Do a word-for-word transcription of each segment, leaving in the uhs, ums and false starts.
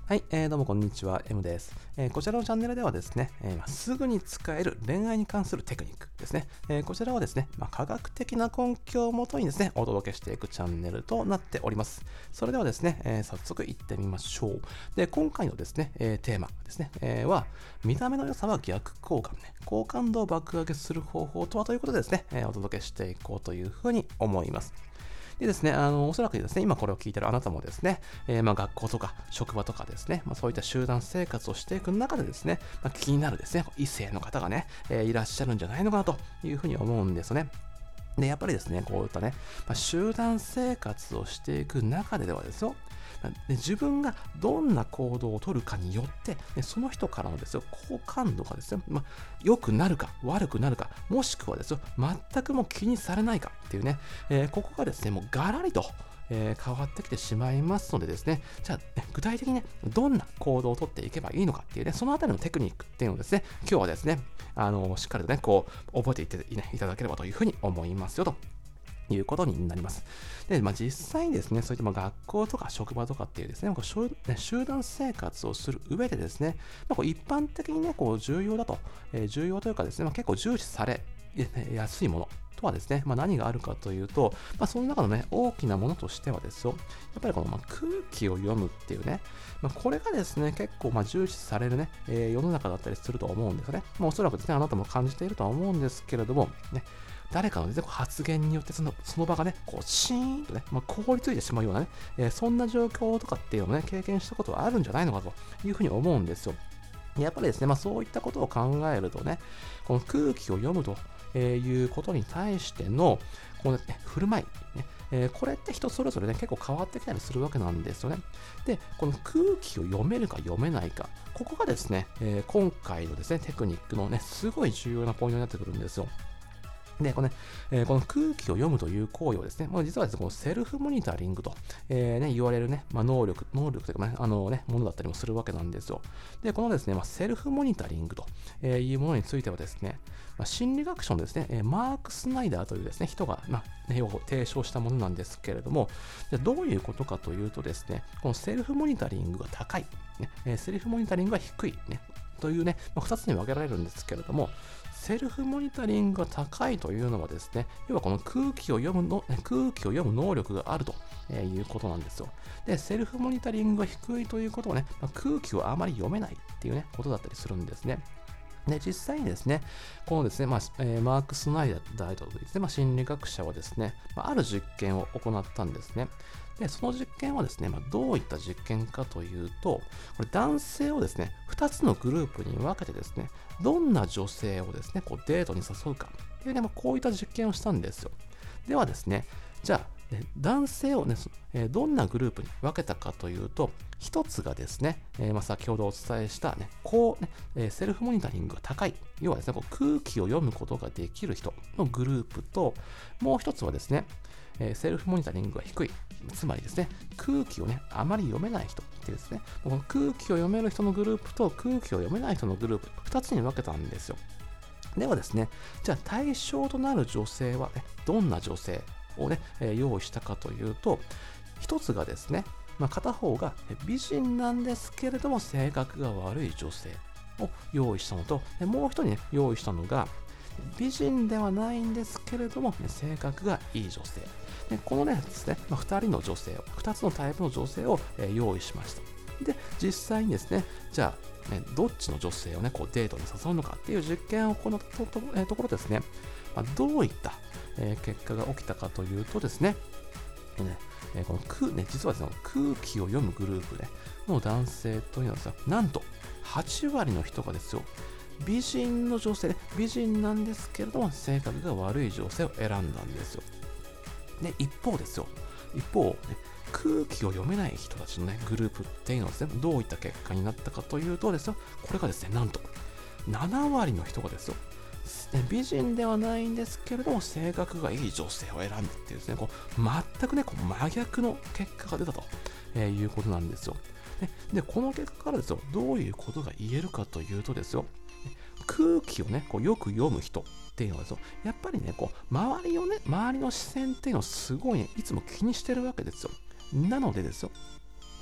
はい、えー、どうもこんにちは、M です。えーこちらのチャンネルではですね、えーまあすぐに使える恋愛に関するテクニックですね。えーこちらをですね、まあ科学的な根拠をもとにですね、お届けしていくチャンネルとなっております。それではですね、えー早速行ってみましょう。で、今回のですね、えーテーマですね、えーは、見た目の良さは逆効果ね、好感度を爆上げする方法とはということでですね、えーお届けしていこうというふうに思います。でですね、あの、おそらくですね、今これを聞いているあなたもですね、えーまあ学校とか職場とかですね、まあ、そういった集団生活をしていく中でですね、まあ、気になるですね、異性の方がね、えーいらっしゃるんじゃないのかなというふうに思うんですよね。で、やっぱりですね、こういったね、まあ、集団生活をしていく中でではですよ、まあで自分がどんな行動をとるかによって、ねその人からのですよ、好感度がですね、まあ、良くなるか悪くなるか、もしくはですよ、全くもう気にされないかっていうね、えーここがですね、もうガラリと、えー変わってきてしまいますのでですね、じゃあ、ね具体的にね、どんな行動をとっていけばいいのかっていうね、そのあたりのテクニックっていうのをですね、今日はですね、あのしっかりとね、こう、覚えていって、ね、いただければというふうに思いますよと。いうことになります。で、まあ、実際にですね、そういったまあ学校とか職場とかっていうですね、こう集ね集団生活をする上でですね、まあ、こう一般的にね、こう重要だと、えー重要というかですね、まあ、結構重視されやすいものとはですね、まあ、何があるかというと、まあ、その中のね、大きなものとしてはですよ、やっぱりこのまあ空気を読むっていうね、まあ、これがですね、結構まあ重視されるね、えー世の中だったりすると思うんですよね。まあ、おそらくですね、あなたも感じているとは思うんですけれども、ね、誰かのですね、こう発言によってそのその場がね、こうシーンとね、まあ、凍りついてしまうようなね、えーそんな状況とかっていうのをね、経験したことはあるんじゃないのかというふうに思うんですよ。やっぱりですね、まあ、そういったことを考えるとね、この空気を読むということに対しての、この、ね、振る舞い、ねえーこれって人それぞれね、結構変わってきたりするわけなんですよね。で、この空気を読めるか読めないか、ここがですね、えー今回のですね、テクニックのね、すごい重要なポイントになってくるんですよ。で、このね、えーこの空気を読むという行為をですね、まあ、実はですね、このセルフモニタリングと、えーね、言われるね、まあ、能力、能力というかね、あのね、ものだったりもするわけなんですよ。で、このですね、まあ、セルフモニタリングとえーいうものについてはですね、まあ、心理学者のですね、えーマーク・スナイダーというですね、人が、まあね、を提唱したものなんですけれども、じゃあどういうことかというとですね、このセルフモニタリングが高い、ねえーセルフモニタリングが低い、ね、というね、まあ、ふたつに分けられるんですけれども、セルフモニタリングが高いというのはですね、要はこの空気を読むの、空気を読む能力があるということなんですよ。で、セルフモニタリングが低いということはね、まあ空気をあまり読めないっていうね、ことだったりするんですね。で、実際にですね、このですね、まあえーマーク・スナイダー大統領ですね、まあ、心理学者はですね、まあ、ある実験を行ったんですね。で、その実験はですね、まあ、どういった実験かというと、これ男性をですね、ふたつのグループに分けてですね、どんな女性をですね、こうデートに誘うかっていうね、まあ、こういった実験をしたんですよ。ではですね、じゃあ、ね男性をね、そえーどんなグループに分けたかというと、一つがですね、えーまあ、先ほどお伝えしたね、こうね、えーセルフモニタリングが高い、要はですね、こう空気を読むことができる人のグループと、もう一つはですね、えーセルフモニタリングが低い、つまりですね、空気をね、あまり読めない人っていうですね、この空気を読める人のグループと空気を読めない人のグループ、二つに分けたんですよ。ではですね、じゃあ対象となる女性は、ね、どんな女性をね、えー用意したかというと、一つがですね、まあ、片方がえ美人なんですけれども性格が悪い女性を用意したのと、でもう一人ね、用意したのが、美人ではないんですけれども、ね性格がいい女性。でこのね、ですね、まあ、ふたりの女性を、ふたつのタイプの女性を、えー用意しました。で、実際にですね、じゃあ、ね、どっちの女性をね、こうデートに誘うのかっていう実験を行ったとと,、えーところですね、まあ、どういった、えー結果が起きたかというとですね、えーねえーこの空、ね、実はですね、空気を読むグループ、ね、の男性というのはですね、なんとはち割の人がですよ、美人の女性、美人なんですけれども性格が悪い女性を選んだんですよ。で、一方ですよ。一方、ね、空気を読めない人たちのね、グループっていうのはですね、どういった結果になったかというとですよ、これがですね、なんとなな割の人がですよ、美人ではないんですけれども性格がいい女性を選んだっていうですね、こう全くね、こう真逆の結果が出たと、えーいうことなんですよ。でで、この結果からですよ、どういうことが言えるかというとですよ、空気をね、こうよく読む人っていうのはですよ、やっぱりね、こう周りをね、周りの視線っていうのをすごいね、いつも気にしてるわけですよ。なのでですよ、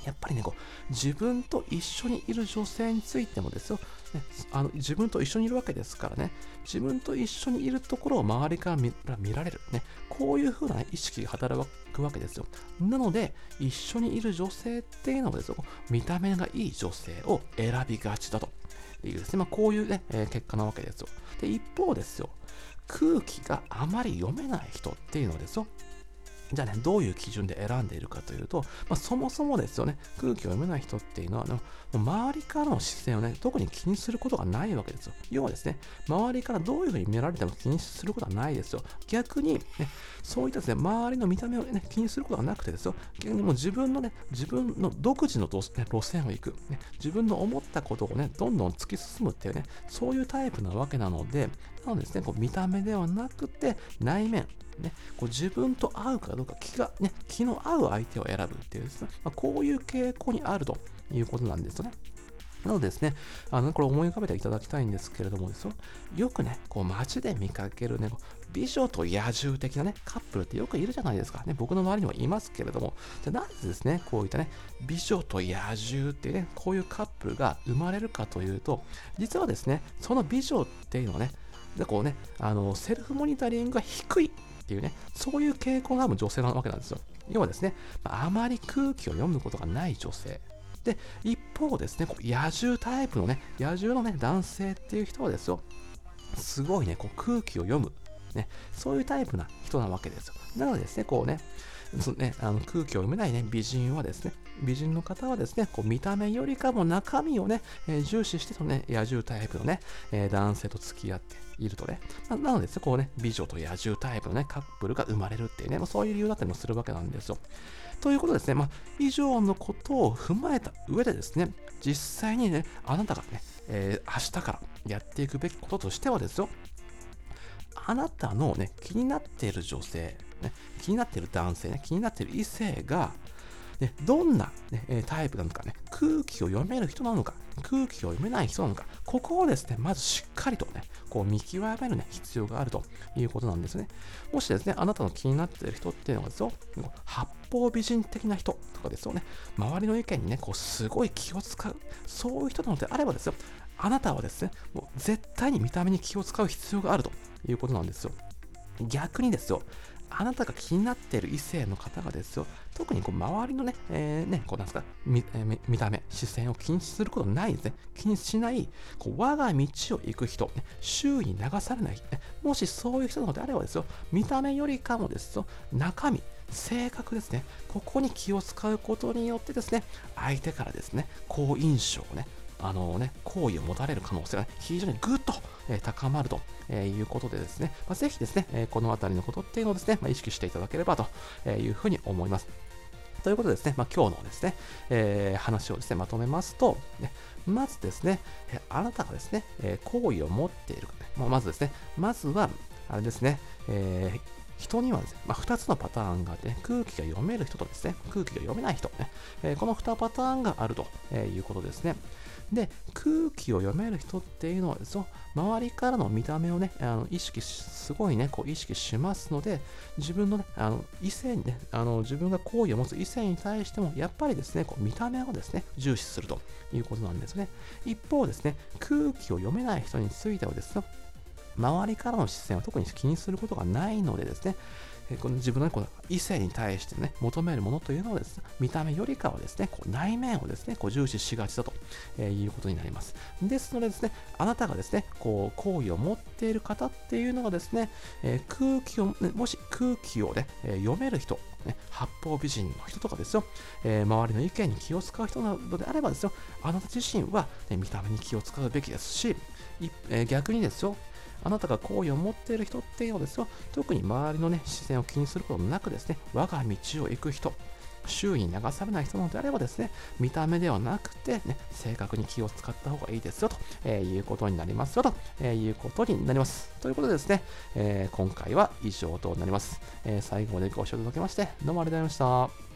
やっぱりね、こう自分と一緒にいる女性についてもですよ、ね、あの自分と一緒にいるわけですからね、自分と一緒にいるところを周りから見見られる、ね、こういう風な、ね、意識が働くわけですよ。なので、一緒にいる女性っていうのはですよ、見た目がいい女性を選びがちだというですね、まあ、こういうね、えー結果なわけですよ。で、一方ですよ、空気があまり読めない人っていうのはですよ、じゃあね、どういう基準で選んでいるかというと、まあ、そもそもですよね、空気を読めない人っていうのは、ね、もう周りからの視線をね、特に気にすることがないわけですよ。要はですね、周りからどういうふうに見られても気にすることはないですよ。逆に、ね、そういったですね、周りの見た目を、ね、気にすることがなくてですよ、逆にもう自分のね、自分の独自の路,、ね、路線を行く、ね、自分の思ったことをね、どんどん突き進むっていうね、そういうタイプなわけなので、なのでですね、こう見た目ではなくて、内面、ね、こう自分と合うかどうか気が、ね、気の合う相手を選ぶっていうですね、まあ、こういう傾向にあるということなんですよね。なのでですね、あのこれ思い浮かべていただきたいんですけれどもですよ、よくね、こう街で見かけるね、こう美女と野獣的なね、カップルってよくいるじゃないですか。ね、僕の周りにもいますけれども、じゃあなんでですね、こういったね、美女と野獣っていうね、こういうカップルが生まれるかというと、実はですね、その美女っていうのはね、でこうね、あのセルフモニタリングが低いっていうね、そういう傾向がある女性なわけなんですよ。要はですね、あまり空気を読むことがない女性。で、一方ですね、こう野獣タイプのね、野獣のね、男性っていう人はですよ、すごいね、こう空気を読む、ね、そういうタイプな人なわけですよ。なのでですね、こうね、そのね、あの空気を読めないね、美人はですね、美人の方はですね、こう見た目よりかも中身をね、えー重視してとね、野獣タイプのね、えー男性と付き合っているとね、まあなのでですね、こうね、美女と野獣タイプのね、カップルが生まれるっていうね、まあ、そういう理由だったりもするわけなんですよ。ということですね、まあ、以上のことを踏まえた上でですね、実際にね、あなたがね、えー明日からやっていくべきこととしてはですよ、あなたのね、気になっている女性、ね、気になっている男性、ね、気になっている異性が、ね、どんな、ね、えータイプなのかね、空気を読める人なのか、空気を読めない人なのか、ここをですね、まずしっかりとね、こう見極めるね、必要があるということなんですね。もしですね、あなたの気になっている人っていうのがですよ、八方美人的な人とかですよね、周りの意見にね、こうすごい気を使う、そういう人なのであればですよ、あなたはですね、もう絶対に見た目に気を使う必要があるということなんですよ。逆にですよ、あなたが気になっている異性の方がですよ、特にこう周りのね、えーね、こうなんですか、見、えー見見た目、視線を気にすることないですね。気にしない、こう我が道を行く人、ね、周囲に流されない、ね、もしそういう人なのであればですよ、見た目よりかもですよ、中身、性格ですね、ここに気を使うことによってですね、相手からですね、好印象をね、あのね、好意を持たれる可能性が、ね、非常にぐっと、えー高まると、えーいうことでですね、まあ、ぜひですね、えーこのあたりのことっていうのをですね、まあ、意識していただければというふうに思います。ということでですね、まあ、今日のですね、えー話をですね、まとめますと、ね、まずですね、えーあなたがですね、えー好意を持っているか、ね、まあまずですね、まずは、あれですね、えー人にはですね、まあ、ふたつのパターンがあって、ね、空気が読める人とですね、空気が読めない人、ねえーこのにパターンがあるということですね。で、空気を読める人っていうのはですよ、周りからの見た目をね、あの意識し、すごいね、こう意識しますので、自分のね、あの異性にね、あの自分が好意を持つ異性に対しても、やっぱりですね、こう見た目をですね、重視するということなんですね。一方ですね、空気を読めない人についてはですね、周りからの視線を特に気にすることがないのでですね、えーこの自分の、ね、この異性に対してね、求めるものというのはですね、見た目よりかはですね、こう内面をですね、こう重視しがちだと、えーいうことになります。ですのでですね、あなたがですね、こう、好意を持っている方っていうのがですね、えー空気を、ね、もし空気をね、えー読める人、ね、八方美人の人とかですよ、えー周りの意見に気を使う人などであればですよ、あなた自身は、ね、見た目に気を使うべきですし、いえー逆にですよ、あなたが好意を持っている人っていうのですよ、特に周りのね、視線を気にすることなくですね、我が道を行く人、周囲に流されない人なのであればですね、見た目ではなくて、ね、性格に気を使った方がいいですよと、えーいうことになりますよと、えーいうことになります。ということでですね、えー今回は以上となります。えー最後までご視聴いただきまして、どうもありがとうございました。